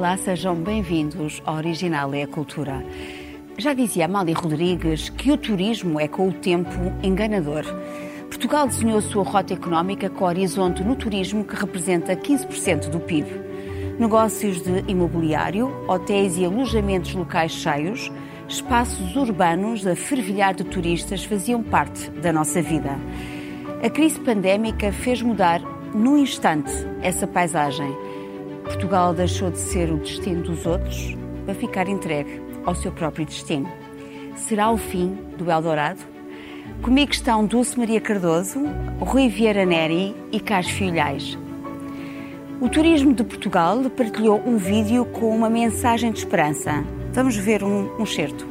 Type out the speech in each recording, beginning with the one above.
Olá, sejam bem-vindos ao Original é a Cultura. Já dizia Amália Rodrigues que o turismo é, com o tempo, enganador. Portugal desenhou a sua rota económica com o horizonte no turismo, que representa 15% do PIB. Negócios de imobiliário, hotéis e alojamentos locais cheios, espaços urbanos a fervilhar de turistas faziam parte da nossa vida. A crise pandémica fez mudar, num instante, essa paisagem. Portugal deixou de ser o destino dos outros para ficar entregue ao seu próprio destino. Será o fim do Eldorado? Comigo estão Dulce Maria Cardoso, Rui Vieira Neri e Carlos Filhais. O Turismo de Portugal partilhou um vídeo com uma mensagem de esperança. Vamos ver um excerto.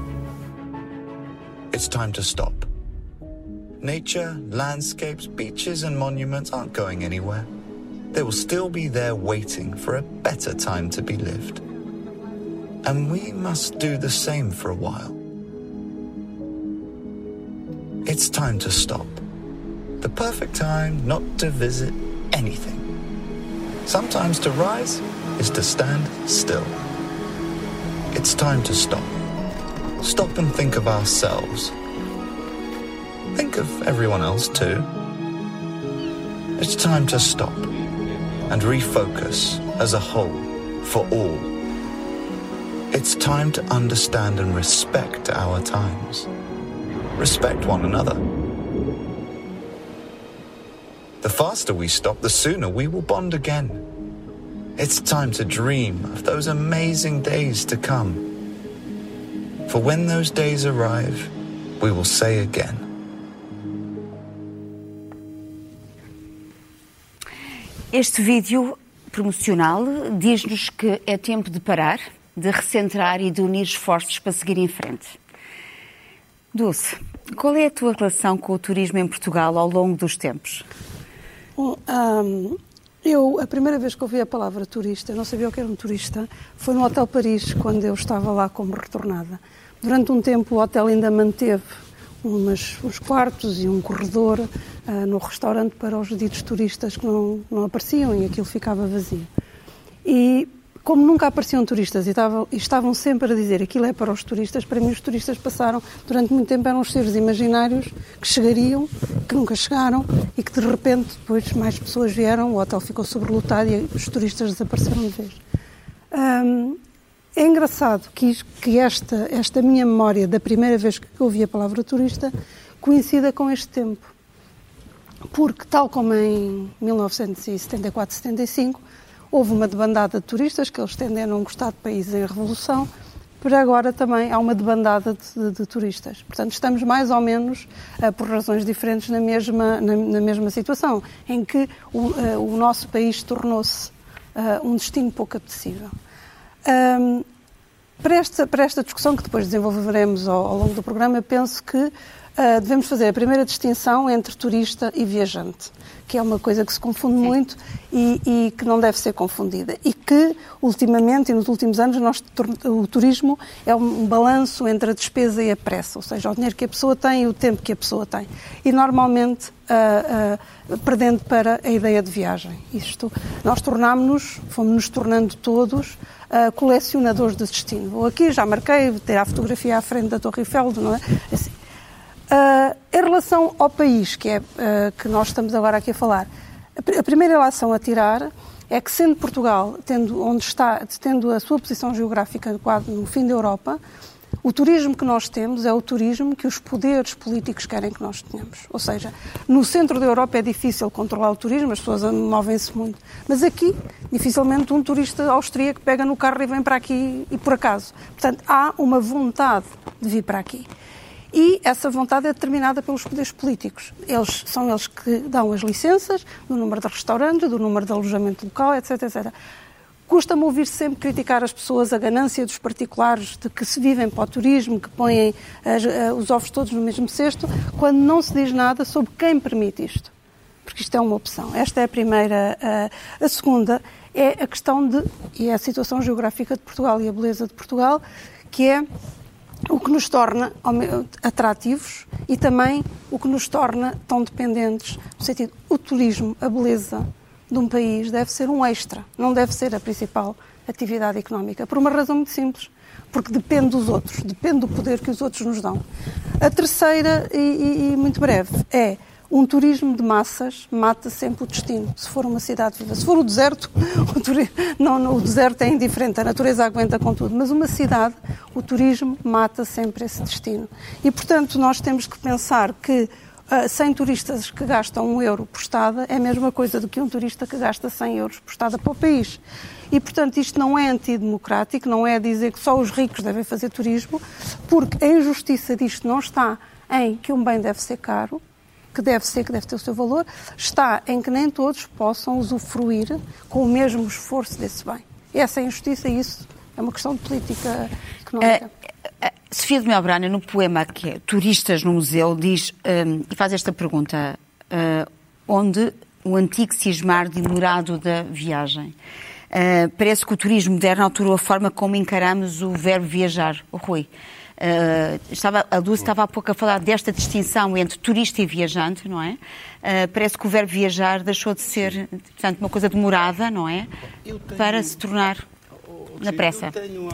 It's time to stop. Nature, landscapes, beaches and monuments aren't going anywhere. They will still be there waiting for a better time to be lived. And we must do the same for a while. It's time to stop. The perfect time not to visit anything. Sometimes to rise is to stand still. It's time to stop. Stop and think of ourselves. Think of everyone else too. It's time to stop and refocus as a whole for all. It's time to understand and respect our times. Respect one another. The faster we stop, the sooner we will bond again. It's time to dream of those amazing days to come. For when those days arrive, we will say again. Este vídeo promocional diz-nos que é tempo de parar, de recentrar e de unir esforços para seguir em frente. Dulce, qual é a tua relação com o turismo em Portugal ao longo dos tempos? Bom, a primeira vez que ouvi a palavra turista, eu não sabia o que era um turista, foi no Hotel Paris, quando eu estava lá como retornada. Durante um tempo o hotel ainda manteve uns quartos e um corredor no restaurante para os ditos turistas que não apareciam e aquilo ficava vazio. E como nunca apareciam turistas e estavam sempre a dizer aquilo é para os turistas, para mim os turistas passaram, durante muito tempo eram os seres imaginários que chegariam, que nunca chegaram e que de repente depois mais pessoas vieram, o hotel ficou sobrelotado e os turistas desapareceram de vez. É engraçado que esta minha memória da primeira vez que ouvi a palavra turista coincida com este tempo. Porque, tal como em 1974, 75, houve uma debandada de turistas que eles tendem a não gostar de países em revolução, por agora também há uma debandada de turistas. Portanto, estamos mais ou menos, por razões diferentes, na mesma situação, em que o nosso país tornou-se um destino pouco apetecível. Para esta discussão que depois desenvolveremos ao longo do programa, penso que devemos fazer a primeira distinção entre turista e viajante, que é uma coisa que se confunde muito e que não deve ser confundida. E que, ultimamente, e nos últimos anos, o turismo é um balanço entre a despesa e a pressa, ou seja, o dinheiro que a pessoa tem e o tempo que a pessoa tem. E, normalmente, perdendo para a ideia de viagem. Nós fomos-nos tornando todos colecionadores de destino. Vou aqui, já marquei, ter a fotografia à frente da Torre Eiffel, não é? Assim. Em relação ao país, que nós estamos agora aqui a falar, a primeira relação a tirar é que, sendo Portugal, tendo a sua posição geográfica quase no fim da Europa, o turismo que nós temos é o turismo que os poderes políticos querem que nós tenhamos. Ou seja, no centro da Europa é difícil controlar o turismo, as pessoas movem-se muito. Mas aqui, dificilmente um turista austríaco pega no carro e vem para aqui e por acaso. Portanto, há uma vontade de vir para aqui. E essa vontade é determinada pelos poderes políticos. São eles que dão as licenças, do número de restaurantes, do número de alojamento local, etc, etc. Custa-me ouvir sempre criticar as pessoas, a ganância dos particulares, de que se vivem para o turismo, que põem os ovos todos no mesmo cesto, quando não se diz nada sobre quem permite isto. Porque isto é uma opção. Esta é a primeira. A segunda é a questão e é a situação geográfica de Portugal e a beleza de Portugal, que é o que nos torna atrativos e também o que nos torna tão dependentes, no sentido, o turismo, a beleza de um país deve ser um extra, não deve ser a principal atividade económica, por uma razão muito simples, porque depende dos outros, depende do poder que os outros nos dão. A terceira, e muito breve, é um turismo de massas mata sempre o destino, se for uma cidade viva. Se for o deserto, o deserto é indiferente, a natureza aguenta com tudo, mas uma cidade, o turismo mata sempre esse destino. E, portanto, nós temos que pensar que 100 turistas que gastam €1 por estada é a mesma coisa do que um turista que gasta 100 euros por estada para o país. E, portanto, isto não é antidemocrático, não é dizer que só os ricos devem fazer turismo, porque a injustiça disto não está em que um bem deve ser caro, que deve ter o seu valor, está em que nem todos possam usufruir com o mesmo esforço desse bem. Essa é a injustiça e isso é uma questão de política económica. Sofia de Melbrana, no poema que é Turistas no Museu, diz, e faz esta pergunta, onde o antigo cismar demorado da viagem. Parece que o turismo moderno alterou a forma como encaramos o verbo viajar. Rui, a Dulce estava há pouco a falar desta distinção entre turista e viajante, não é? Parece que o verbo viajar deixou de ser, portanto, uma coisa demorada, não é? Para se tornar na pressa. Eu tenho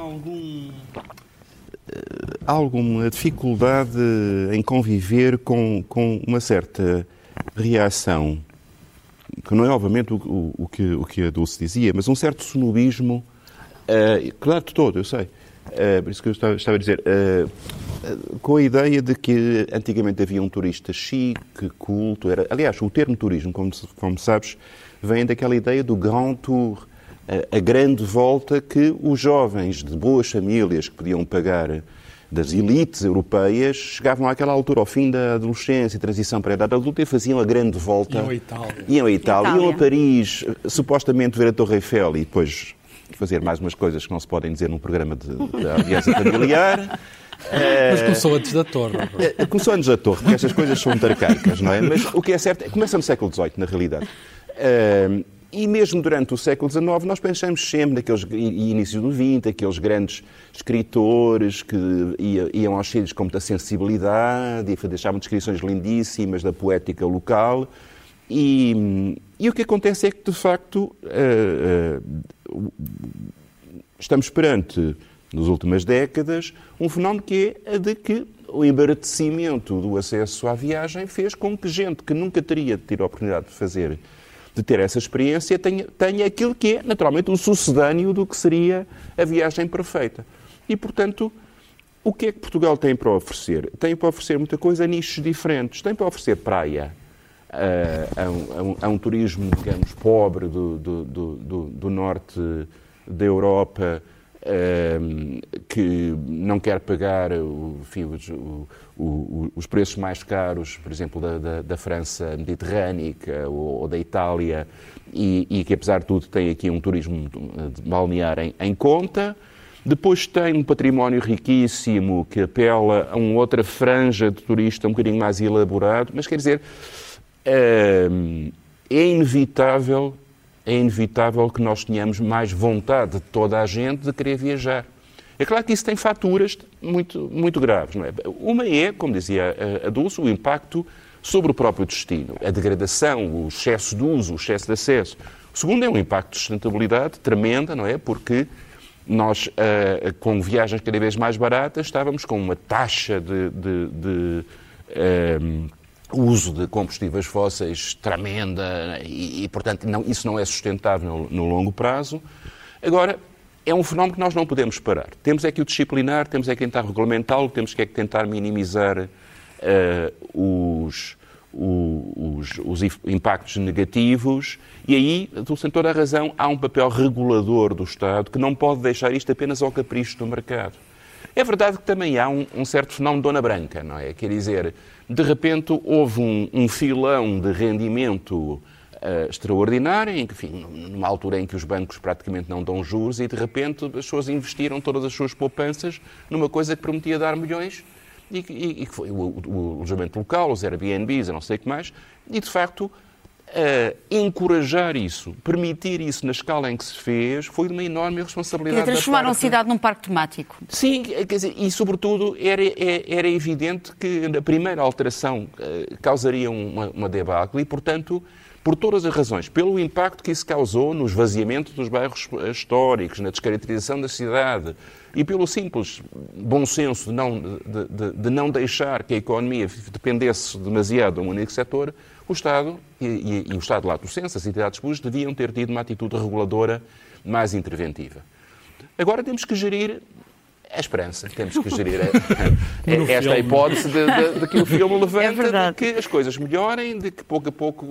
alguma dificuldade em conviver com uma certa reação, que não é obviamente o que a Dulce dizia, mas um certo snobismo, claro, de todo, eu sei, por isso que eu estava a dizer, com a ideia de que antigamente havia um turista chique, culto, aliás, o termo turismo, como sabes, vem daquela ideia do Grand Tour, a grande volta que os jovens de boas famílias que podiam pagar, das elites europeias, chegavam àquela altura, ao fim da adolescência, transição para a idade adulta, e faziam a grande volta. Iam à Itália. Iam a Paris, supostamente ver a Torre Eiffel e depois fazer mais umas coisas que não se podem dizer num programa de audiência familiar. Mas começou antes da Torre. Começou antes da Torre, porque estas coisas são muito arcaicas, não é? Mas o que é certo, começa no século XVIII, na realidade. E mesmo durante o século XIX, nós pensamos sempre naqueles inícios do XX, aqueles grandes escritores que iam aos sítios com muita sensibilidade e deixavam descrições lindíssimas da poética local. E o que acontece é que, de facto, estamos perante, nas últimas décadas, um fenómeno que é de que o embaratecimento do acesso à viagem fez com que gente que nunca teria tido a oportunidade de ter essa experiência, tenha aquilo que é, naturalmente, um sucedâneo do que seria a viagem perfeita. E, portanto, o que é que Portugal tem para oferecer? Tem para oferecer muita coisa a nichos diferentes. Tem para oferecer praia a um turismo, digamos, pobre do norte da Europa, que não quer pagar os preços mais caros, por exemplo, da França mediterrânica ou da Itália, e que, apesar de tudo, tem aqui um turismo balnear em conta. Depois tem um património riquíssimo que apela a uma outra franja de turista um bocadinho mais elaborado, mas, quer dizer, é inevitável que nós tenhamos mais vontade de toda a gente de querer viajar. É claro que isso tem faturas muito, muito graves, não é? Uma é, como dizia a Dulce, o impacto sobre o próprio destino, a degradação, o excesso de uso, o excesso de acesso. O segundo é um impacto de sustentabilidade tremenda, não é? Porque nós, com viagens cada vez mais baratas, estávamos com uma taxa de uso de combustíveis fósseis tremenda e portanto, isso não é sustentável no longo prazo. Agora, é um fenómeno que nós não podemos parar. Temos é que o disciplinar, temos é que tentar regulamentá-lo, temos é que tentar minimizar os impactos negativos e aí, sem toda a razão, há um papel regulador do Estado que não pode deixar isto apenas ao capricho do mercado. É verdade que também há um certo fenómeno de dona branca, não é? Quer dizer, de repente houve um filão de rendimento extraordinário, enfim, numa altura em que os bancos praticamente não dão juros e de repente as pessoas investiram todas as suas poupanças numa coisa que prometia dar milhões e que foi o alojamento local, os Airbnbs, eu não sei o que mais, e de facto encorajar isso, permitir isso na escala em que se fez, foi de uma enorme responsabilidade. E transformaram a cidade num parque temático. Sim, quer dizer, e sobretudo era evidente que a primeira alteração causaria uma debacle e, portanto, por todas as razões, pelo impacto que isso causou no esvaziamento dos bairros históricos, na descaracterização da cidade e pelo simples bom senso de não deixar que a economia dependesse demasiado de um único setor, o Estado e o Estado lato sensu, as entidades públicas, deviam ter tido uma atitude reguladora mais interventiva. Agora temos que gerir a esperança, temos que gerir esta hipótese de que o filme levanta, de que as coisas melhorem, de que pouco a pouco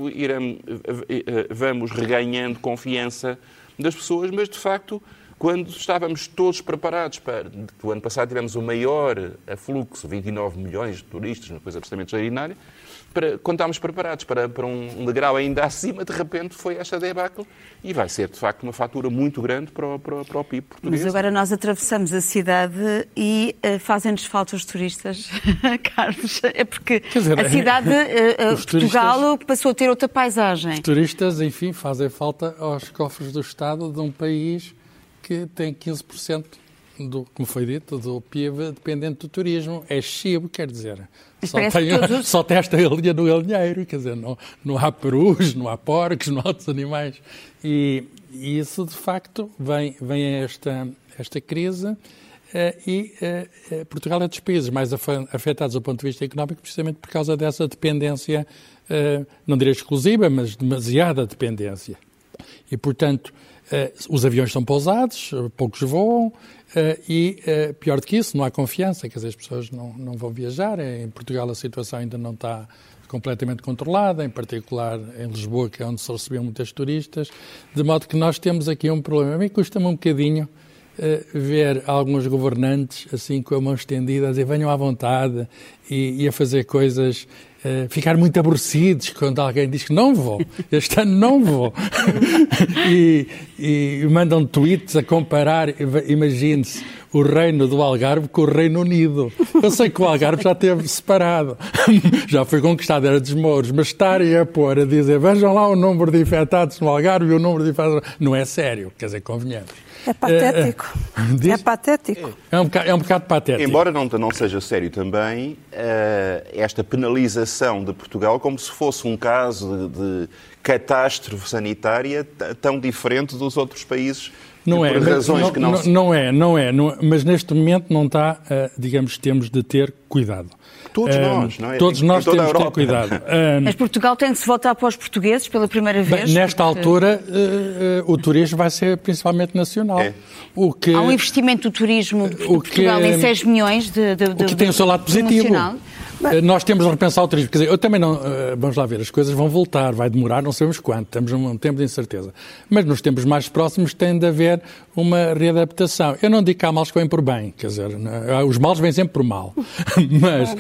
vamos reganhando confiança das pessoas, mas de facto, quando estávamos todos preparados o ano passado tivemos o maior afluxo, 29 milhões de turistas, uma coisa absolutamente extraordinária, quando estávamos preparados para um degrau ainda acima, de repente foi esta debacle e vai ser, de facto, uma fatura muito grande para o PIB português. Mas agora nós atravessamos a cidade e fazem-nos falta os turistas, Carlos. É porque a cidade, Portugal, passou a ter outra paisagem. Os turistas, enfim, fazem falta aos cofres do Estado de um país que tem 15%, como foi dito, do PIB dependente do turismo. É excessivo, quer dizer... Só tem esta galinha no galinheiro, quer dizer, não há perus, não há porcos, não há outros animais. E isso, de facto, vem esta crise e Portugal é dos países mais afetados do ponto de vista económico precisamente por causa dessa dependência, não direi exclusiva, mas demasiada dependência. E, portanto, os aviões são pousados, poucos voam, e pior do que isso, não há confiança, quer dizer, as pessoas não vão viajar. Em Portugal a situação ainda não está completamente controlada, em particular em Lisboa, que é onde se recebiam muitos turistas, de modo que nós temos aqui um problema. A mim custa-me um bocadinho ver alguns governantes assim com a mão estendida a dizer venham à vontade e a fazer coisas, ficar muito aborrecidos quando alguém diz que não vou, este ano não vou. e mandam tweets a comparar, imagine-se, o reino do Algarve com o Reino Unido. Eu sei que o Algarve já esteve separado, já foi conquistado, era dos mouros, mas estarem a pôr, a dizer vejam lá o número de infectados no Algarve e o número de infectados... Não é sério, quer dizer, convenhamos. É patético. É patético. É um bocado patético. Embora não seja sério também, esta penalização de Portugal como se fosse um caso de catástrofe sanitária tão diferente dos outros países. Não é, razões que não é, mas neste momento não está, digamos, temos de ter cuidado. Todos nós, não é? Todos nós temos de ter cuidado. Mas Portugal tem que se voltar para os portugueses pela primeira vez? Bem, nesta altura, o turismo vai ser principalmente nacional. É. Há um investimento do turismo de Portugal em 6 milhões de o que tem o seu lado positivo. Nós temos de repensar o turismo. Quer dizer, eu também não... Vamos lá ver, as coisas vão voltar, vai demorar, não sabemos quanto, estamos num tempo de incerteza. Mas nos tempos mais próximos tem de haver uma readaptação. Eu não digo que há males que vêm por bem, quer dizer, os males vêm sempre por mal. Mas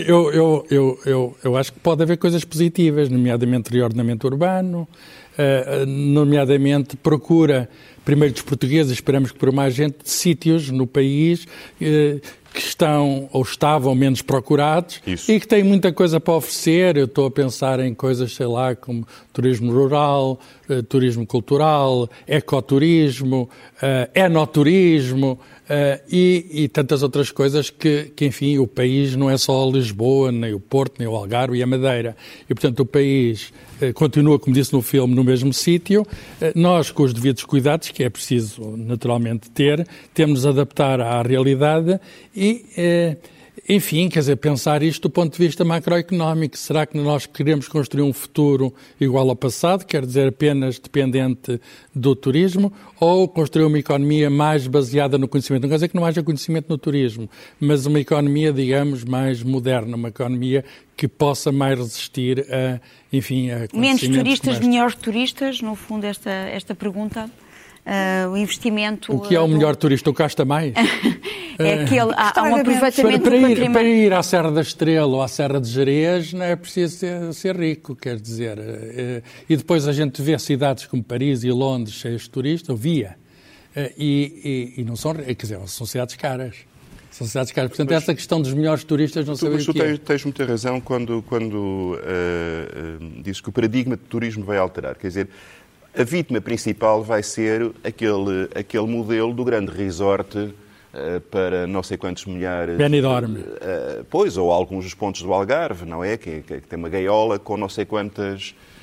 eu acho que pode haver coisas positivas, nomeadamente reordenamento urbano, nomeadamente procura, primeiro dos portugueses, esperamos que por mais gente, de sítios no país que estão ou estavam menos procurados. Isso. E que têm muita coisa para oferecer. Eu estou a pensar em coisas, sei lá, como turismo rural, turismo cultural, ecoturismo, enoturismo e tantas outras coisas que, enfim, o país não é só Lisboa, nem o Porto, nem o Algarve e a Madeira. E, portanto, o país continua, como disse no filme, no mesmo sítio. Nós, com os devidos cuidados, que é preciso naturalmente ter, temos de adaptar à realidade e, enfim, quer dizer, pensar isto do ponto de vista macroeconómico. Será que nós queremos construir um futuro igual ao passado, quer dizer, apenas dependente do turismo, ou construir uma economia mais baseada no conhecimento? Não quer dizer que não haja conhecimento no turismo, mas uma economia, digamos, mais moderna, uma economia que possa mais resistir a, enfim, a menos turistas, melhores turistas, no fundo, esta pergunta. O investimento... O que é o melhor turista? O que gasta mais? É aquele... Há um aproveitamento do património. Para ir à Serra da Estrela ou à Serra de Gerês não é preciso ser rico, quer dizer. E depois a gente vê cidades como Paris e Londres cheias de turistas, e não são... Quer dizer, são cidades caras. São cidades caras. Portanto, essa questão dos melhores turistas não sabemos o que é. Mas tu tens muita razão quando dizes que o paradigma de turismo vai alterar. Quer dizer, a vítima principal vai ser aquele modelo do grande resort para não sei quantos milhares... Benidorm. Pois, ou alguns dos pontos do Algarve, não é? Que tem uma gaiola com não sei quantas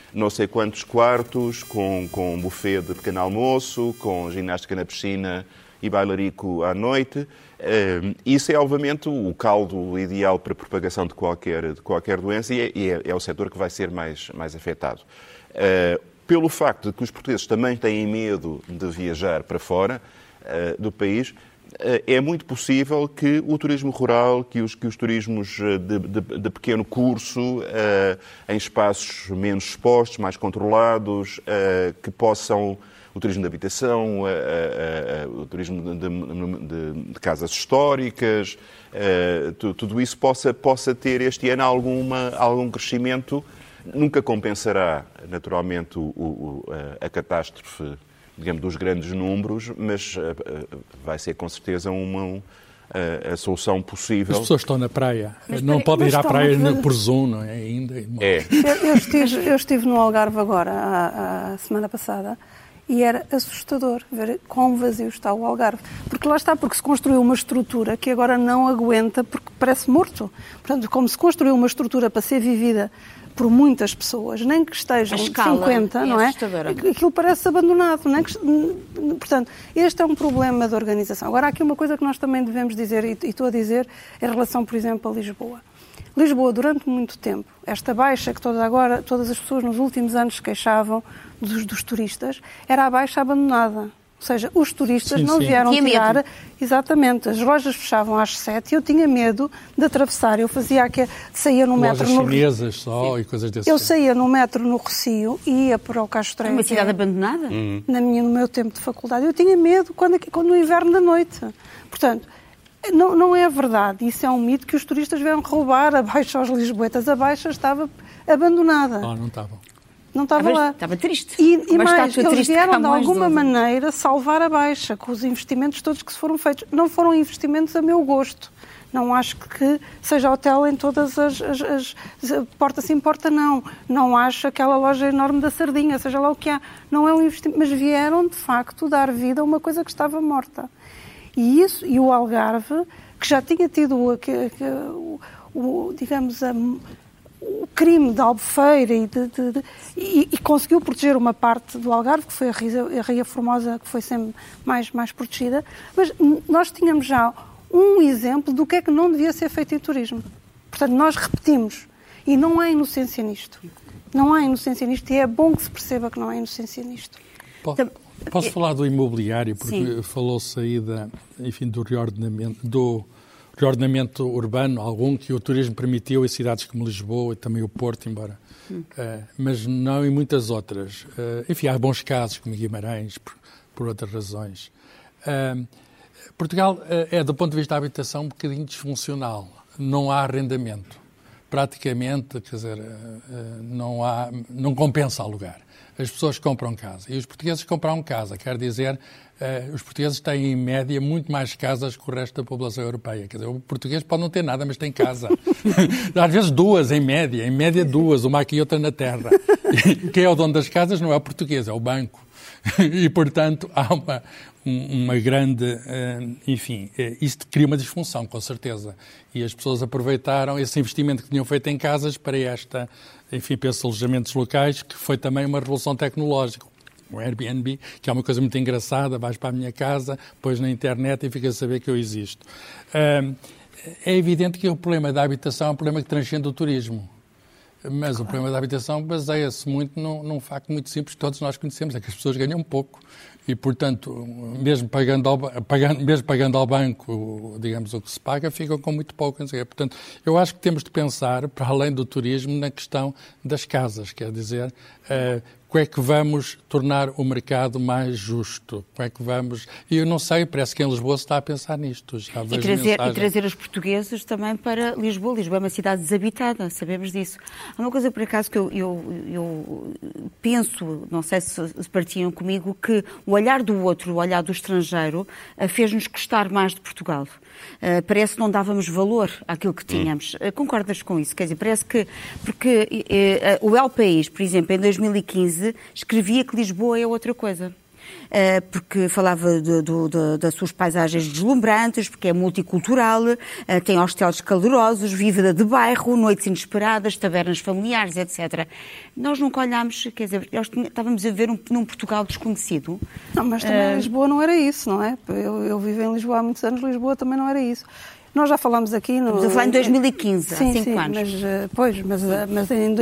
não sei quantos quartos, com buffet de pequeno almoço, com ginástica na piscina e bailarico à noite. Isso é, obviamente, o caldo ideal para a propagação de qualquer doença e é o setor que vai ser mais afetado. Pelo facto de que os portugueses também têm medo de viajar para fora do país, é muito possível que o turismo rural, que os turismos de pequeno curso, em espaços menos expostos, mais controlados, que possam... O turismo de habitação, o turismo de casas históricas, tudo isso possa ter este ano algum crescimento. Nunca compensará, naturalmente, a catástrofe, digamos, dos grandes números, mas vai ser com certeza a solução possível. As pessoas estão na praia, não podem ir à praia por Zoom, não é? Ainda. Eu estive no Algarve agora, a semana passada, e era assustador ver quão vazio está o Algarve. Porque lá está, porque se construiu uma estrutura que agora não aguenta, porque parece morto. Portanto, como se construiu uma estrutura para ser vivida por muitas pessoas, nem que estejam 50, não é? Aquilo parece abandonado. Nem que... Portanto, este é um problema de organização. Agora, há aqui uma coisa que nós também devemos dizer, e estou a dizer, em relação, por exemplo, a Lisboa. Lisboa, durante muito tempo, esta baixa que todas as pessoas nos últimos anos se queixavam dos turistas, era a baixa abandonada. Ou seja, os turistas não vieram tirar... Medo. Exatamente. As lojas fechavam às 7 e eu tinha medo de atravessar. Eu saía no metro... Lojas chinesas só e coisas desse tipo. Eu saía no metro no Rossio e ia para o Castro. Uma cidade abandonada? No meu tempo de faculdade. Eu tinha medo quando no inverno da noite. Portanto... Não é verdade, isso é um mito que os turistas vieram roubar a Baixa aos lisboetas. A Baixa estava abandonada. Não estava. Não estava lá. Estava triste. E mais, eles vieram de alguma maneira salvar a Baixa, com os investimentos todos que se foram feitos. Não foram investimentos a meu gosto. Não acho que seja hotel em todas as porta sim, porta não. Não acho aquela loja enorme da sardinha, seja lá o que há. Não é um investimento, mas vieram, de facto, dar vida a uma coisa que estava morta. E o Algarve, que já tinha tido digamos, o crime da Albufeira e conseguiu proteger uma parte do Algarve, que foi a Ria Formosa, que foi sempre mais protegida, mas nós tínhamos já um exemplo do que é que não devia ser feito em turismo. Portanto, nós repetimos. E não há inocência nisto. Não há inocência nisto e é bom que se perceba que não há inocência nisto. Posso falar do imobiliário, porque falou-se aí do reordenamento urbano, que o turismo permitiu em cidades como Lisboa e também o Porto, mas não em muitas outras. Há bons casos, como Guimarães, por outras razões. Portugal é, do ponto de vista da habitação, um bocadinho disfuncional. Não há arrendamento. Praticamente, quer dizer, não compensa alugar. As pessoas compram casa. E os portugueses compram casa. Quer dizer, os portugueses têm, em média, muito mais casas que o resto da população europeia. Quer dizer, o português pode não ter nada, mas tem casa. Às vezes duas, em média duas, uma aqui e outra na terra. Quem é o dono das casas não é o português, é o banco. E, portanto, há uma grande... isto cria uma disfunção, com certeza. E as pessoas aproveitaram esse investimento que tinham feito em casas para para esses alojamentos locais, que foi também uma revolução tecnológica. O Airbnb, que é uma coisa muito engraçada, vais para a minha casa, pões na internet e ficas a saber que eu existo. É evidente que o problema da habitação é um problema que transcende o turismo. Mas o problema da habitação baseia-se muito num facto muito simples que todos nós conhecemos, é que as pessoas ganham pouco. E, portanto, mesmo pagando ao banco, digamos, o que se paga, ficam com muito pouco. Portanto, eu acho que temos de pensar, para além do turismo, na questão das casas. Quer dizer, como é que vamos tornar o mercado mais justo? Como é que vamos... E eu não sei, parece que em Lisboa se está a pensar nisto. Já vejo e trazer os portugueses também para Lisboa. Lisboa é uma cidade desabitada, sabemos disso. Há uma coisa, por acaso, que eu penso, não sei se partilham comigo, que o olhar do outro, o olhar do estrangeiro, fez-nos gostar mais de Portugal. Parece que não dávamos valor àquilo que tínhamos. Concordas com isso? Quer dizer, parece que... Porque o El País, por exemplo, em 2015, escrevia que Lisboa é outra coisa. porque falava das suas paisagens deslumbrantes, porque é multicultural, tem hotéis calorosos, vida de bairro, noites inesperadas, tabernas familiares, etc. Nós nunca olhámos, quer dizer, nós estávamos a ver num Portugal desconhecido. Não, mas também Lisboa não era isso, não é? Eu vivo em Lisboa há muitos anos, Lisboa também não era isso. Nós já falámos aqui... Estamos a falar em 2015, há 5 anos. Mas em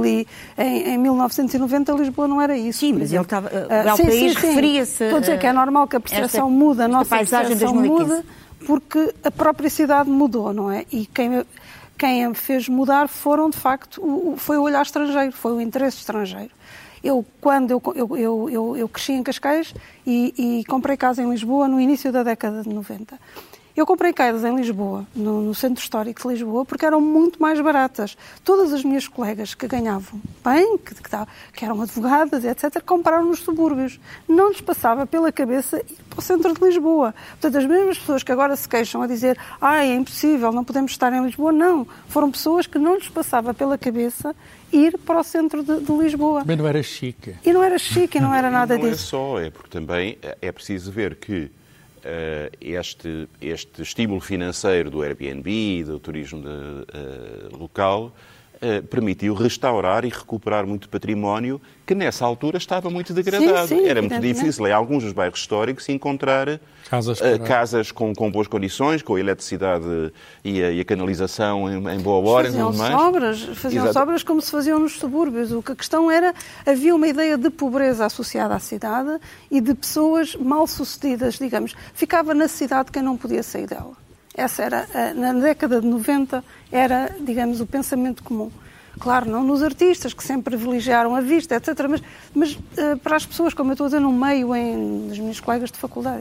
1990 Lisboa não era isso. Sim, mas ele estava... o país referia-se... Estou a dizer que é normal que a percepção muda, a nossa percepção muda, porque a própria cidade mudou, não é? E quem a fez mudar foi o olhar estrangeiro, foi o interesse estrangeiro. Quando eu cresci em Cascais e comprei casa em Lisboa no início da década de 90. Eu comprei casas em Lisboa, no Centro Histórico de Lisboa, porque eram muito mais baratas. Todas as minhas colegas que ganhavam bem, que eram advogadas, etc., compraram nos subúrbios. Não lhes passava pela cabeça ir para o centro de Lisboa. Portanto, as mesmas pessoas que agora se queixam a dizer é impossível, não podemos estar em Lisboa, não. Foram pessoas que não lhes passava pela cabeça ir para o centro de Lisboa. Mas não era chique. E não era chique, e não era nada disso. Não é só, porque também é preciso ver que este estímulo financeiro do Airbnb, do turismo local, permitiu restaurar e recuperar muito património que nessa altura estava muito degradado. Sim, era muito difícil em alguns dos bairros históricos encontrar casas com boas condições, com a eletricidade e a canalização em boa hora. Faziam sobras como se faziam nos subúrbios. A questão era, havia uma ideia de pobreza associada à cidade e de pessoas mal-sucedidas, digamos. Ficava na cidade quem não podia sair dela. Essa era, na década de 90, era, digamos, o pensamento comum. Claro, não nos artistas, que sempre privilegiaram a vista, etc., mas para as pessoas, como eu estou a dizer, no meio, das minhas colegas de faculdade.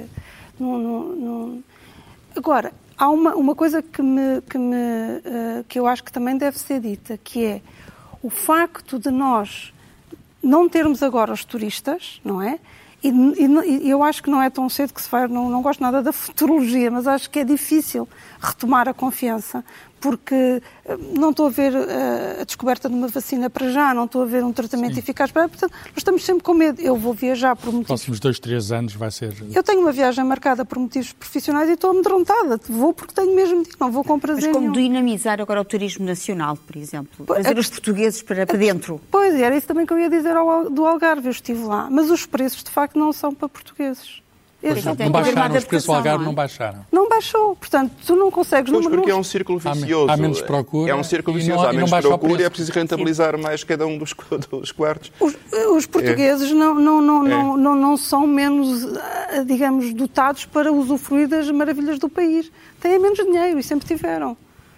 Agora, há uma coisa que eu acho que também deve ser dita, que é o facto de nós não termos agora os turistas, não é? E eu acho que não é tão cedo que se vai... Não gosto nada da futurologia, mas acho que é difícil retomar a confiança, porque não estou a ver a descoberta de uma vacina para já, não estou a ver um tratamento eficaz para... Portanto, nós estamos sempre com medo. Eu vou viajar por motivos... Próximos 2, 3 anos vai ser... Eu tenho uma viagem marcada por motivos profissionais e estou amedrontada. Vou porque tenho mesmo de ir, não vou com prazer. Mas como dinamizar agora o turismo nacional, por exemplo? Trazer os portugueses para dentro? Pois, era isso também que eu ia dizer do Algarve. Eu estive lá. Mas os preços, de facto, não são para portugueses. Não baixaram, os preços do Algarve não baixaram. Não baixou, portanto, tu não consegues... Pois, porque é um círculo vicioso. Há menos procura. É um círculo vicioso, há menos procura e é preciso rentabilizar mais cada um dos quartos. Os portugueses não são menos, digamos, dotados para usufruir das maravilhas do país. Têm menos dinheiro e sempre tiveram.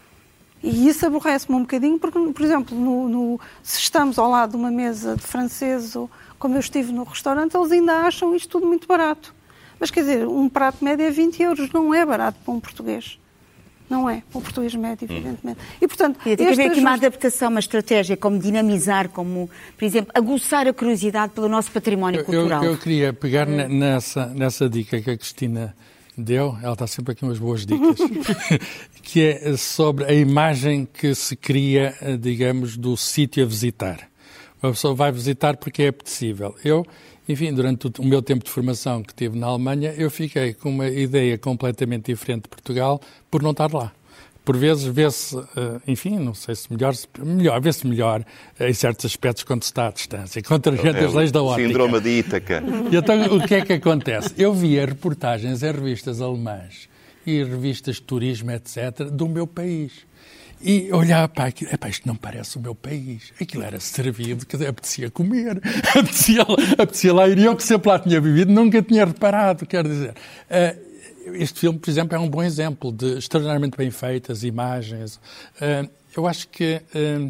E isso aborrece-me um bocadinho, porque, por exemplo, se estamos ao lado de uma mesa de franceses, ou como eu estive no restaurante, eles ainda acham isto tudo muito barato. Mas, quer dizer, um prato médio é 20 euros. Não é barato para um português. Não é. Para um português médio, evidentemente. E, portanto... Tem que haver aqui uma adaptação, uma estratégia, como dinamizar, como, por exemplo, aguçar a curiosidade pelo nosso património cultural. Eu queria pegar nessa dica que a Cristina deu. Ela está sempre aqui umas boas dicas. Que é sobre a imagem que se cria, digamos, do sítio a visitar. Uma pessoa vai visitar porque é apetecível. Enfim, durante o meu tempo de formação que tive na Alemanha, eu fiquei com uma ideia completamente diferente de Portugal por não estar lá. Por vezes vê-se, enfim, não sei se vê-se melhor em certos aspectos quando se está à distância, contra as leis da ótica. Síndrome de Ítaca. Então, o que é que acontece? Eu via reportagens em revistas alemãs e revistas de turismo, etc., do meu país. E olhava para aquilo, isto não parece o meu país. Aquilo era servido, que apetecia comer, apetecia lá ir. E eu que sempre lá tinha vivido, nunca tinha reparado, quer dizer. Este filme, por exemplo, é um bom exemplo de extraordinariamente bem feitas imagens. Eu acho que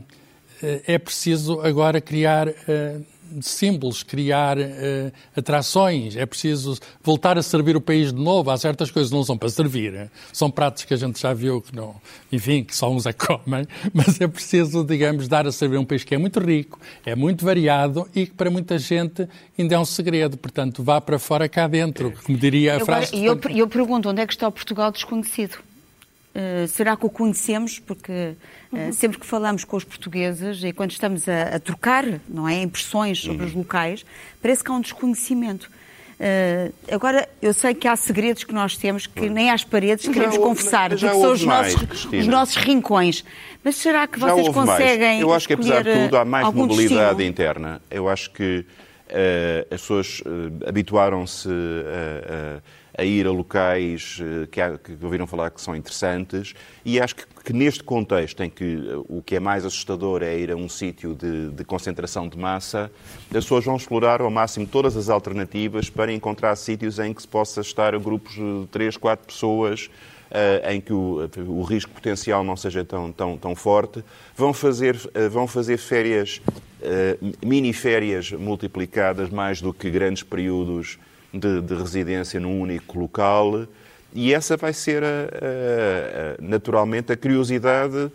é preciso agora criar símbolos, criar atrações. É preciso voltar a servir o país de novo. Há certas coisas que não são para servir. São pratos que a gente já viu que não, enfim, que só uns a comem. Mas é preciso, digamos, dar a servir um país que é muito rico, é muito variado e que para muita gente ainda é um segredo. Portanto, vá para fora cá dentro, como diria a frase. E eu pergunto, onde é que está o Portugal desconhecido? Será que o conhecemos? Porque sempre que falamos com os portugueses e quando estamos a trocar, não é, impressões sobre os locais, parece que há um desconhecimento. Agora, eu sei que há segredos que nós temos que nem às paredes queremos confessar, porque são os nossos rincões. Mas será que vocês conseguem? Eu acho que, apesar de tudo, há mais mobilidade interna. Eu acho que as pessoas habituaram-se a ir a locais que ouviram falar que são interessantes, e acho que neste contexto em que o que é mais assustador é ir a um sítio de concentração de massa, as pessoas vão explorar ao máximo todas as alternativas para encontrar sítios em que se possa estar grupos de 3, 4 pessoas, em que o risco potencial não seja tão forte. Vão fazer férias, mini-férias multiplicadas, mais do que grandes períodos de residência num único local, e essa vai ser naturalmente a curiosidade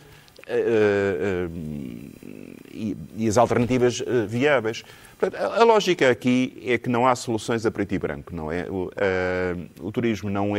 e as alternativas viáveis. Portanto, a lógica aqui é que não há soluções a preto e branco, não é? O turismo não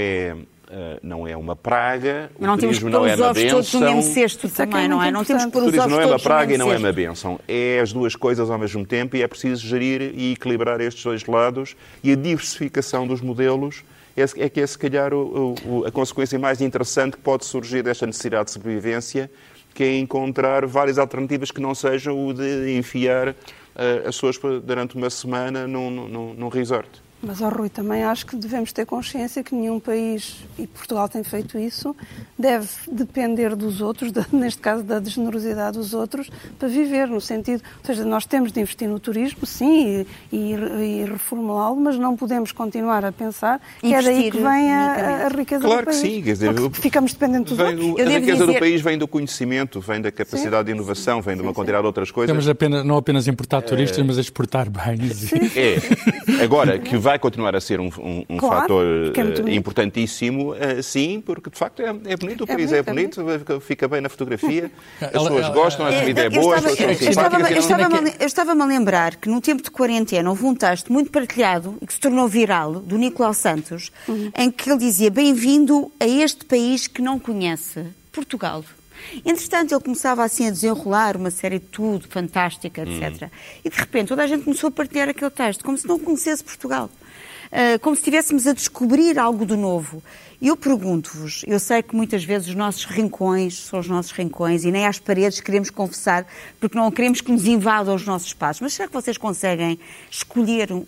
é uma praga, o turismo não é uma bênção. Todos no mesmo cesto também, não é? Não temos que pôr os ovos todos no mesmo cesto. O turismo não é uma praga e não é uma bênção. É as duas coisas ao mesmo tempo, e é preciso gerir e equilibrar estes dois lados, e a diversificação dos modelos é que é, se calhar, a consequência mais interessante que pode surgir desta necessidade de sobrevivência, que é encontrar várias alternativas que não sejam o de enfiar as pessoas durante uma semana num resort. Mas, Rui, também acho que devemos ter consciência que nenhum país, e Portugal tem feito isso, deve depender dos outros, neste caso da generosidade dos outros, para viver, no sentido... Ou seja, nós temos de investir no turismo, sim, e reformulá-lo, mas não podemos continuar a pensar que é daí que vem a riqueza do país. Claro que sim. Quer dizer, ficamos dependentes dos outros. A riqueza do país vem do conhecimento, vem da capacidade de inovação, vem de uma quantidade de outras coisas. Temos não apenas importar turistas, mas exportar bens. Agora, que vai continuar a ser um fator importantíssimo, sim, porque de facto é bonito, o país é bonito, fica bem na fotografia, as pessoas gostam, a comida é boa, as pessoas são simpáticas. Eu estava-me a lembrar que no tempo de quarentena houve um texto muito partilhado e que se tornou viral, do Nicolau Santos, em que ele dizia: bem-vindo a este país que não conhece, Portugal. Entretanto, ele começava assim a desenrolar uma série de tudo, fantástica, etc. E de repente toda a gente começou a partilhar aquele texto, como se não conhecesse Portugal. Como se estivéssemos a descobrir algo de novo. E eu pergunto-vos, eu sei que muitas vezes os nossos rincões são os nossos rincões e nem às paredes queremos confessar, porque não queremos que nos invadam os nossos espaços, mas será que vocês conseguem escolher um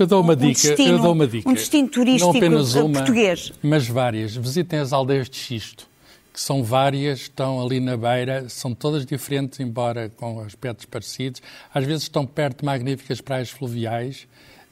destino turístico não apenas português? Mas várias. Visitem as aldeias de xisto, que são várias, estão ali na beira, são todas diferentes, embora com aspectos parecidos. Às vezes estão perto de magníficas praias fluviais.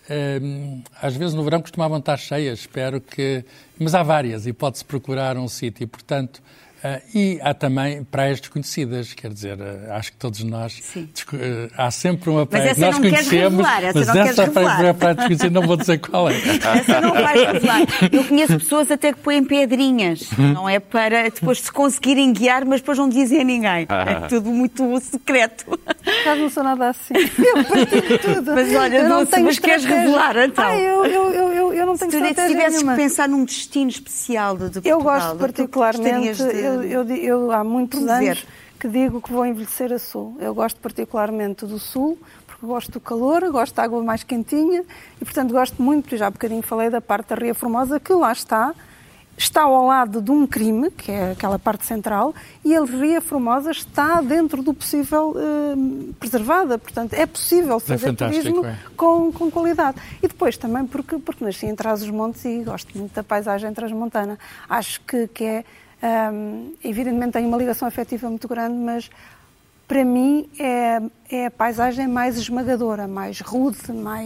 Às vezes no verão costumavam estar cheias, espero que... Mas há várias e pode-se procurar um sítio, portanto... E há também praias desconhecidas, quer dizer, acho que todos nós... há sempre uma praia que nós conhecemos, mas essa praia desconhecida não vou dizer qual é. Essa não vais revelar. Eu conheço pessoas até que põem pedrinhas, não é para depois se conseguirem guiar, mas depois não dizem a ninguém. É tudo muito secreto. Eu não sou nada assim. Eu partilho tudo. Mas olha, mas queres revelar, então? Eu não tenho estratégia Se tivesses nenhuma. que pensar num destino especial de Portugal... Eu gosto particularmente... Eu há muitos anos que digo que vou envelhecer a Sul. Eu gosto particularmente do Sul, porque gosto do calor, gosto da água mais quentinha e, portanto, gosto muito, já há bocadinho falei da parte da Ria Formosa, que lá está ao lado de um crime, que é aquela parte central, e a Ria Formosa está dentro do possível preservada. Portanto, é possível fazer turismo com qualidade. E depois também porque nasci em Trás-os-Montes e gosto muito da paisagem transmontana. Acho que é... evidentemente tem uma ligação afetiva muito grande, mas para mim é a paisagem mais esmagadora, mais rude,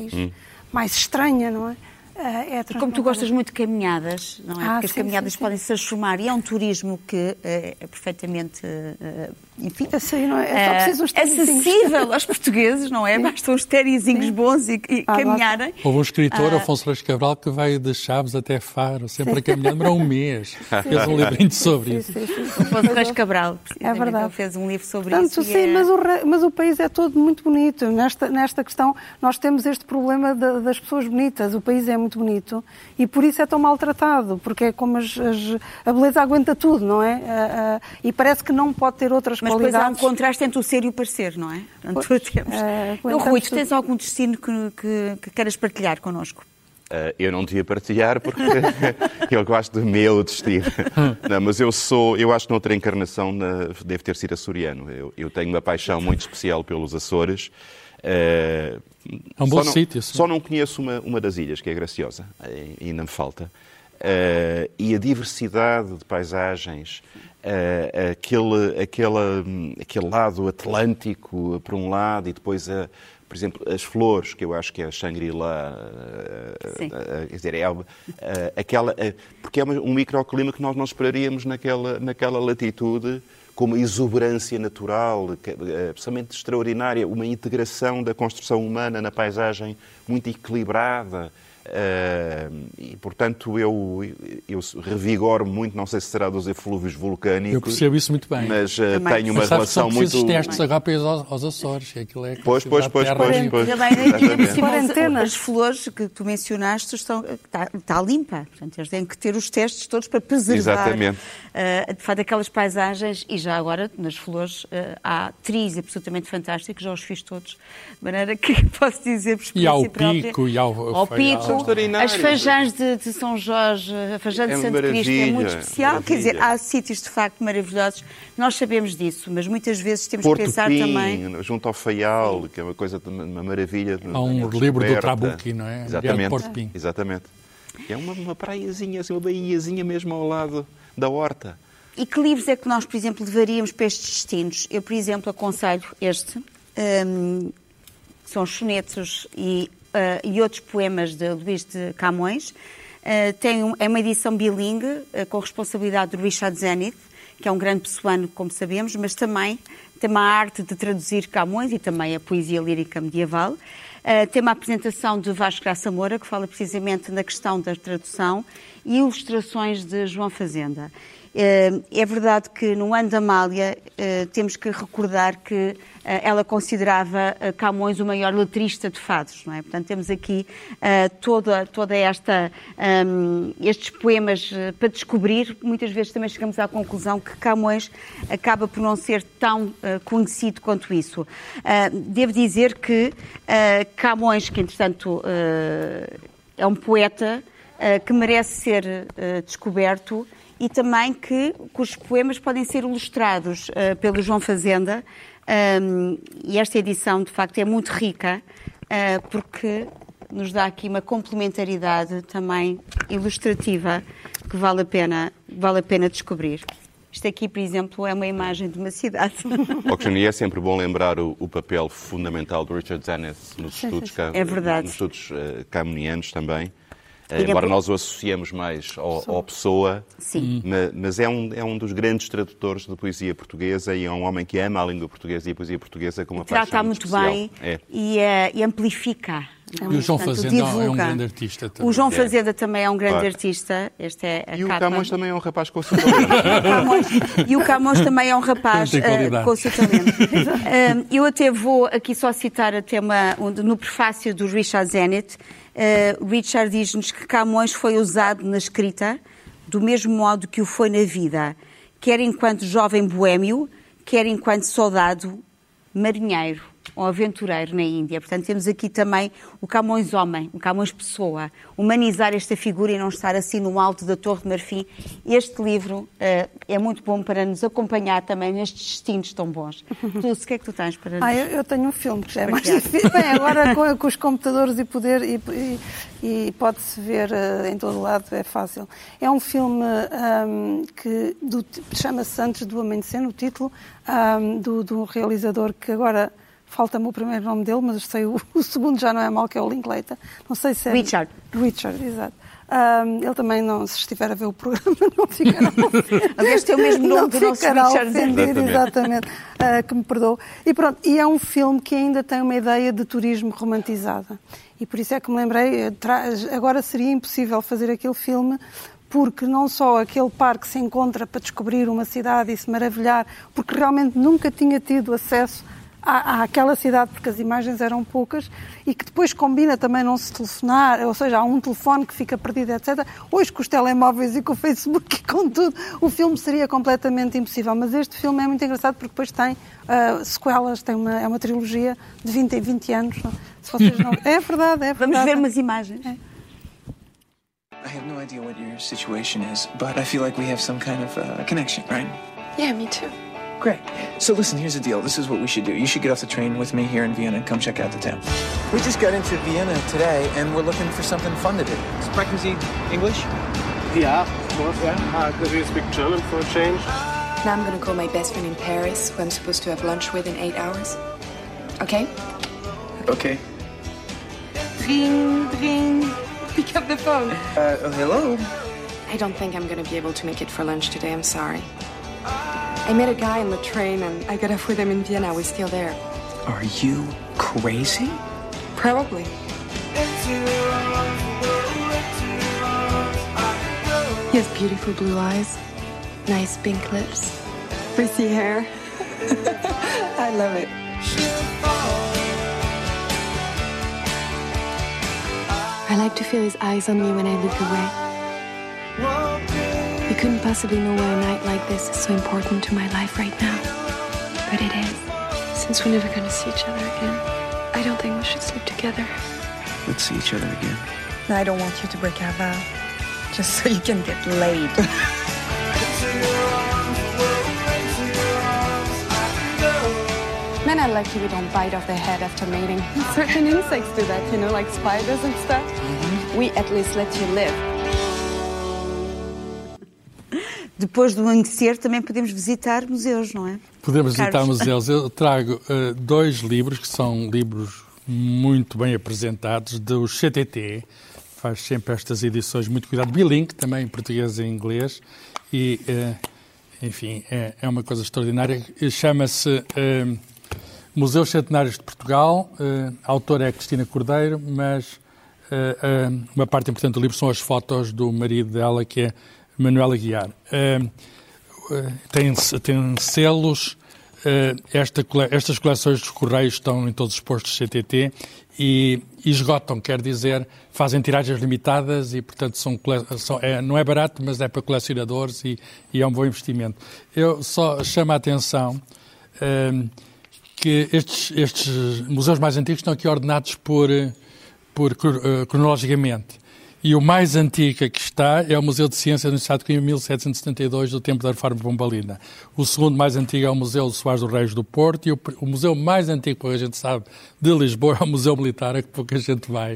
mais estranha, não é? Como tu gostas muito de caminhadas, não é? Porque as caminhadas podem se transformar, e é um turismo que é perfeitamente, enfim, não é só acessível aos portugueses, não é? Bastam uns térizinhos bons e caminharem. Houve um escritor, Afonso Reis Cabral, que veio de Chaves até Faro, sempre a caminhar, demorou um mês. Fez um livrinho sobre isso. Afonso Reis Cabral, é verdade. Ele fez um livro sobre isso. Sim, mas o país é todo muito bonito. Nesta questão, nós temos este problema das pessoas bonitas. O país é muito bonito e por isso é tão maltratado, porque é como a beleza aguenta tudo, não é? E parece que não pode ter outras qualidades. Mas depois há um contraste entre o ser e o parecer, não é? Rui, tu tens algum destino que queiras partilhar connosco? Eu não devia partilhar porque eu gosto do meu destino. Não, mas eu acho que noutra encarnação deve ter sido açoriano. Eu tenho uma paixão muito especial pelos Açores. É um bom sítio. Só não conheço uma das ilhas, que é Graciosa, ainda me falta. E a diversidade de paisagens, aquele lado atlântico por um lado e depois, por exemplo, as flores, que eu acho que é a Shangri-La, quer dizer, porque é um microclima que nós não esperaríamos naquela latitude, com uma exuberância natural, absolutamente extraordinária, uma integração da construção humana na paisagem muito equilibrada. E, portanto, eu revigoro muito, não sei se será dos eflúvios vulcânicos. Eu percebo isso muito bem. Mas tenho uma relação muito... São testes agora para ir aos Açores. Aquilo é pois. As flores que tu mencionaste está limpa. Portanto, eles têm que ter os testes todos para preservar de facto aquelas paisagens. E já agora, nas flores, há tris absolutamente fantásticos. Já os fiz todos. De maneira que posso dizer por experiência própria. E ao Pico, e ao Pico. As Fajãs de São Jorge, a Fajã de Santo Cristo é muito especial. Maravilha. Quer dizer, há sítios de facto maravilhosos. Nós sabemos disso, mas muitas vezes temos Porto que pensar Pim, também... junto ao Faial, que é uma coisa, uma maravilha. Há um livro do Trabucchi, não é? Exatamente. Porto Pim. Exatamente. É uma praiazinha, assim, uma baíazinha mesmo ao lado da horta. E que livros é que nós, por exemplo, levaríamos para estes destinos? Eu, por exemplo, aconselho este, que são os sonetos e outros poemas de Luís de Camões. É uma edição bilingue, com responsabilidade do Richard Zenith, que é um grande pessoano, como sabemos, mas também tem uma arte de traduzir Camões e também a poesia lírica medieval. Tem uma apresentação de Vasco Graça Moura, que fala precisamente na questão da tradução, e ilustrações de João Fazenda. É verdade que no ano da Amália temos que recordar que ela considerava Camões o maior letrista de fados, não é? Portanto, temos aqui toda estes poemas para descobrir. Muitas vezes também chegamos à conclusão que Camões acaba por não ser tão conhecido quanto isso. Devo dizer que Camões, que entretanto é um poeta que merece ser descoberto, e também que os poemas podem ser ilustrados pelo João Fazenda, e esta edição, de facto, é muito rica, porque nos dá aqui uma complementaridade também ilustrativa que vale a pena descobrir. Isto aqui, por exemplo, é uma imagem de uma cidade. Oxani, é sempre bom lembrar o papel fundamental do Richard Zenith nos estudos, é verdade. Nos estudos camonianos também. Embora nós o associemos mais ao Pessoa, sim. Mas é um dos grandes tradutores de poesia portuguesa e é um homem que ama a língua portuguesa e a poesia portuguesa com uma paixão muito especial. Trata muito bem e amplifica. E o João Fazenda é um grande artista também. O João Fazenda também é um grande artista. Esta é a e capa. O Camões também é um rapaz com o seu talento. E o Camões também é um rapaz com o seu talento. Eu até vou aqui só citar até no prefácio do Richard Zenith. Richard diz-nos que Camões foi usado na escrita do mesmo modo que o foi na vida, quer enquanto jovem boêmio, quer enquanto soldado, marinheiro ou aventureiro na Índia. Portanto, temos aqui também o Camões homem, o Camões pessoa, humanizar esta figura e não estar assim no alto da Torre de Marfim. Este livro é muito bom para nos acompanhar também nestes destinos tão bons. Tu, o que é que tu tens para nos... Eu tenho um filme que já é mais difícil. Bem, agora com os computadores e poder e pode-se ver em todo lado, é fácil. É um filme que chama-se Antes do Amanhecer, no título, do realizador que agora... Falta-me o primeiro nome dele, mas sei o segundo já não é mau, que é o Linklater. Não sei se é... Richard, exato. Ele também, se estiver a ver o programa, não ficará ofendido. Aliás, tem o mesmo nome do nosso Richard. Exatamente. Que me perdoe. E pronto, e é um filme que ainda tem uma ideia de turismo romantizada. E por isso é que me lembrei, agora seria impossível fazer aquele filme, porque não só aquele par que se encontra para descobrir uma cidade e se maravilhar, porque realmente nunca tinha tido acesso àquela cidade, porque as imagens eram poucas, e que depois combina também não se telefonar, ou seja, há um telefone que fica perdido, etc. Hoje, com os telemóveis e com o Facebook e com tudo, o filme seria completamente impossível. Mas este filme é muito engraçado porque depois tem sequelas, é uma trilogia de 20 em 20 anos. Se vocês não... É verdade. Vamos ver umas imagens. I have no idea what your situation is, but I feel like we have some kind of connection, right? Yeah, me too. Great. So listen, here's the deal. This is what we should do. You should get off the train with me here in Vienna and come check out the town. We just got into Vienna today, and we're looking for something fun to do. Sprechen Sie English? Yeah, of course, yeah. Could you speak German for a change? Now I'm gonna call my best friend in Paris, who I'm supposed to have lunch with in 8 hours. Okay? Okay. Ring, ring. Pick up the phone. Hello? I don't think I'm gonna be able to make it for lunch today, I'm sorry. I met a guy on the train and I got off with him in Vienna. We're still there. Are you crazy? Probably. He has beautiful blue eyes, nice pink lips, frizzy hair. I love it. I like to feel his eyes on me when I look away. You couldn't possibly know why a night like this is so important to my life right now. But it is. Since we're never gonna see each other again, I don't think we should sleep together. Let's see each other again. I don't want you to break our vow, just so you can get laid. Men are lucky we don't bite off their head after mating. Certain insects do that, you know, like spiders and stuff. We at least let you live. Depois do amanhecer também podemos visitar museus, não é? Podemos visitar museus. Eu trago 2 livros que são livros muito bem apresentados do CTT. Faz sempre estas edições muito cuidado, bilingue também, em português e em inglês. E, enfim, é uma coisa extraordinária. Chama-se Museus Centenários de Portugal. A autora é Cristina Cordeiro, mas uma parte importante do livro são as fotos do marido dela, que é Manuel Aguiar. Tem selos. Estas coleções dos Correios estão em todos os postos do CTT e esgotam, quer dizer, fazem tiragens limitadas e, portanto, não é barato, mas é para colecionadores e é um bom investimento. Eu só chamo a atenção que estes museus mais antigos estão aqui ordenados cronologicamente. E o mais antigo que está é o Museu de Ciência do Estado de Coimbra, em 1772, do tempo da Reforma Pombalina. O segundo mais antigo é o Museu de Soares dos Reis do Porto e o museu mais antigo, que a gente sabe, de Lisboa é o Museu Militar, a que pouca gente vai.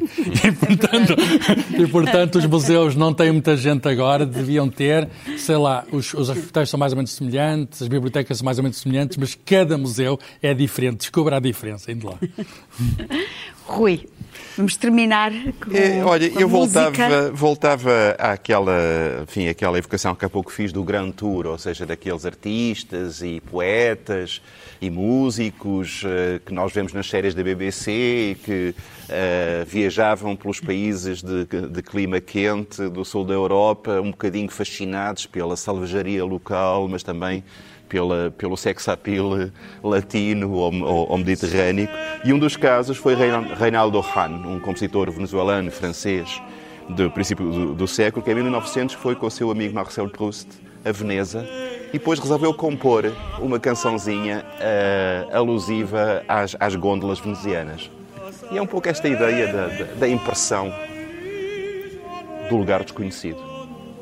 E, portanto, os museus não têm muita gente agora, deviam ter, sei lá, os hospitais são mais ou menos semelhantes, as bibliotecas são mais ou menos semelhantes, mas cada museu é diferente. Descubra a diferença, indo lá. Rui, vamos terminar com olha, com eu música. voltava àquela evocação que há pouco fiz do Grand Tour, ou seja, daqueles artistas e poetas e músicos que nós vemos nas séries da BBC e que viajavam pelos países de clima quente do sul da Europa, um bocadinho fascinados pela salvajaria local, mas também pelo sex appeal latino ou mediterrâneo. E um dos casos foi Reinaldo Hahn, um compositor venezuelano, francês, do princípio do século, que em 1900 foi com o seu amigo Marcel Proust a Veneza e depois resolveu compor uma cançãozinha alusiva às gôndolas venezianas. E é um pouco esta ideia da impressão do lugar desconhecido.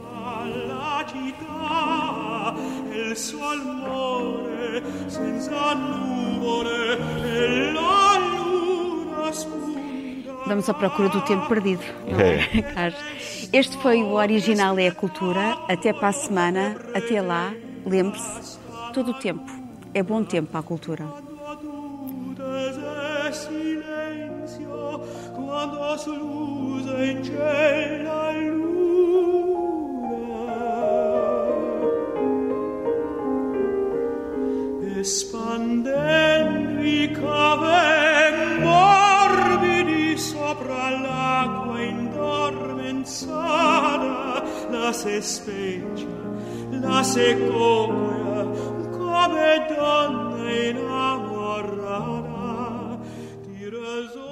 Vamos à procura do tempo perdido, não é, Carlos? Este foi o Original é a Cultura. Até para a semana. Até lá, lembre-se, todo o tempo é bom tempo para a cultura. Espandendo i cave morbidi sopra l'acqua indormenzata, la se specchia, la se copia, come donna innamorata, ti